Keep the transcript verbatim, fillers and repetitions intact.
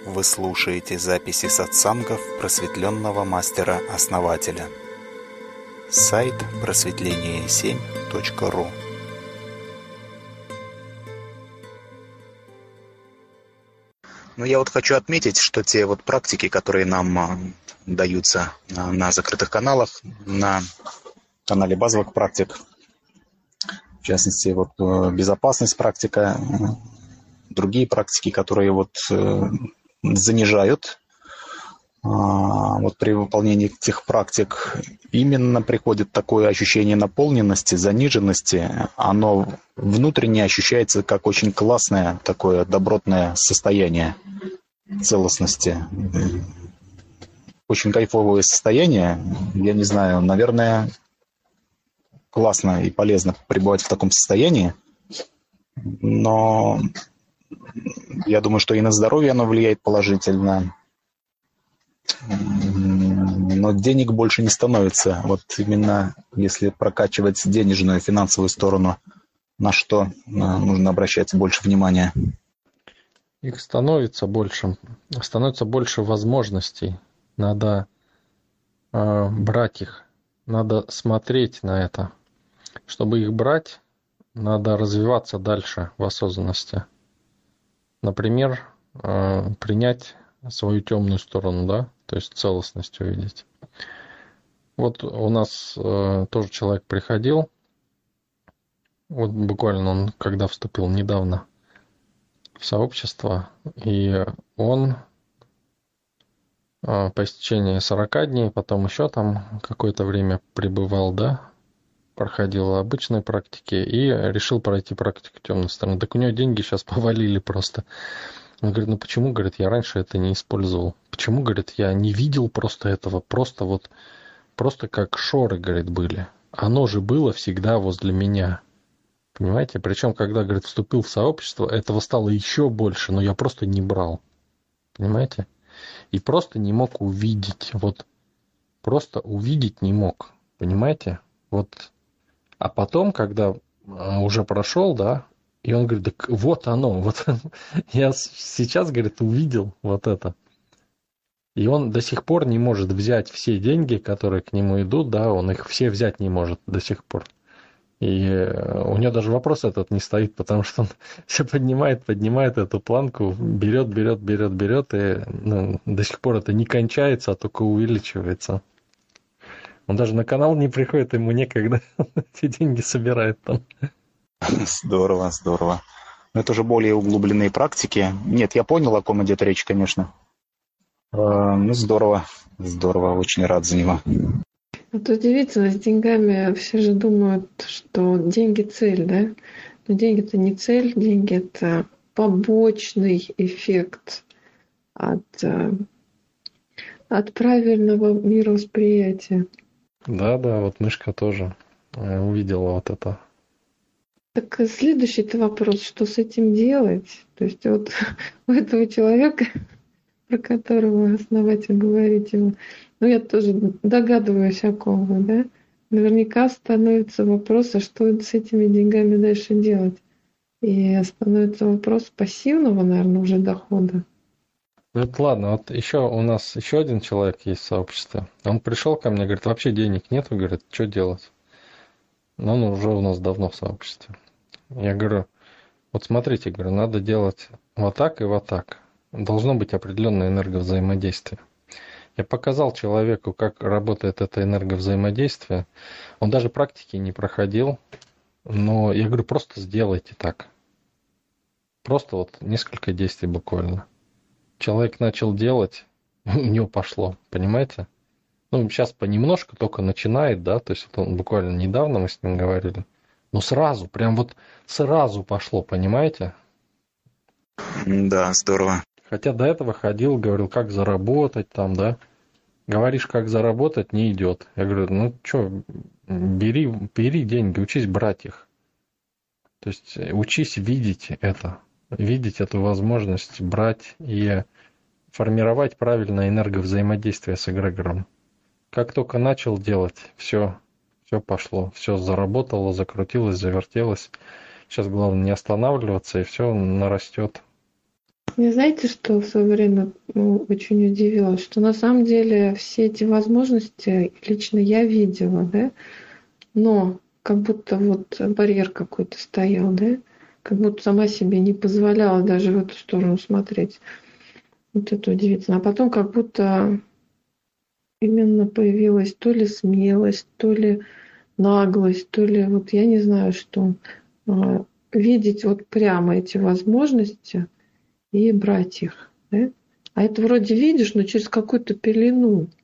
Вы слушаете записи сатсангов просветленного мастера-основателя. Сайт просветление семь точка ру. Ну, я вот хочу отметить, что те вот практики, которые нам даются на закрытых каналах, на канале базовых практик, в частности, вот безопасность практика, другие практики, которые вот занижают, вот при выполнении этих практик именно приходит такое ощущение наполненности, заниженности. Оно внутренне ощущается как очень классное такое добротное состояние целостности. Очень кайфовое состояние. Я не знаю, наверное, классно и полезно пребывать в таком состоянии. Но я думаю, что и на здоровье оно влияет положительно. Но денег больше не становится. Вот именно если прокачивать денежную, финансовую сторону, на что нужно обращать больше внимания? Их становится больше. Становится больше возможностей. Надо э, брать их. Надо смотреть на это. Чтобы их брать, надо развиваться дальше в осознанности. Например, э, принять свою темную сторону, да, то есть целостность увидеть. Вот у нас э, тоже человек приходил, вот буквально он когда вступил недавно в сообщество, и он э, по истечении сорока дней, потом еще там какое-то время пребывал, да, проходил обычные практики и решил пройти практику темной стороны. Так у него деньги сейчас повалили просто. Он говорит, ну почему, говорит, я раньше это не использовал? Почему, говорит, я не видел просто этого? Просто вот, просто как шоры, говорит, были. Оно же было всегда возле меня. Понимаете? Причем, когда, говорит, вступил в сообщество, этого стало еще больше, но я просто не брал. Понимаете? И просто не мог увидеть. Вот просто увидеть не мог. Понимаете? Вот. А потом, когда уже прошел, да, и он говорит, так вот оно, вот я сейчас, говорит, увидел вот это. И он до сих пор не может взять все деньги, которые к нему идут, да, он их все взять не может до сих пор. И у него даже вопрос этот не стоит, потому что он все поднимает, поднимает эту планку, берет, берет, берет, берет, и ну, до сих пор это не кончается, а только увеличивается. Он даже на канал не приходит, ему некогда эти деньги собирает там. Здорово, здорово. Но это уже более углубленные практики. Нет, я понял, о ком идет речь, конечно. Ну, здорово, здорово, очень рад за него. Вот удивительно, с деньгами все же думают, что деньги цель, да? Но деньги-то не цель, деньги это побочный эффект от, от правильного мировосприятия. Да, да, вот мышка тоже увидела вот это. Так следующий-то вопрос, что с этим делать? То есть вот у этого человека, про которого основатель говорит ему, ну я тоже догадываюсь о ком вы, да? Наверняка становится вопрос, а что с этими деньгами дальше делать? И становится вопрос пассивного, наверное, уже дохода. Вот ладно, вот еще у нас еще один человек есть в сообществе. Он пришел ко мне, говорит, вообще денег нету, говорит, что делать? Но он уже у нас давно в сообществе. Я говорю, вот смотрите, говорю, надо делать вот так и вот так. Должно быть определенное энерговзаимодействие. Я показал человеку, как работает это энерговзаимодействие. Он даже практики не проходил, но я говорю, просто сделайте так. Просто вот несколько действий буквально. Человек начал делать, у него пошло, понимаете? Ну, сейчас понемножку только начинает, да, то есть вот он буквально недавно мы с ним говорили. Но сразу, прям вот сразу пошло, понимаете? Да, здорово. Хотя до этого ходил, говорил, как заработать там, да. Говоришь, как заработать, не идет. Я говорю, ну что, бери, бери деньги, учись брать их. То есть учись видеть это, видеть эту возможность брать и формировать правильное энерговзаимодействие с эгрегором. Как только начал делать, все, все пошло, все заработало, закрутилось, завертелось. Сейчас главное не останавливаться, и все нарастет. Мне знаете, что в свое время ну, очень удивило, что на самом деле все эти возможности лично я видела, да, но как будто вот барьер какой-то стоял, да, как будто сама себе не позволяла даже в эту сторону смотреть. Вот это удивительно. А потом как будто именно появилась то ли смелость, то ли наглость, то ли вот я не знаю что. А, видеть вот прямо эти возможности и брать их. Да? А это вроде видишь, но через какую-то пелену.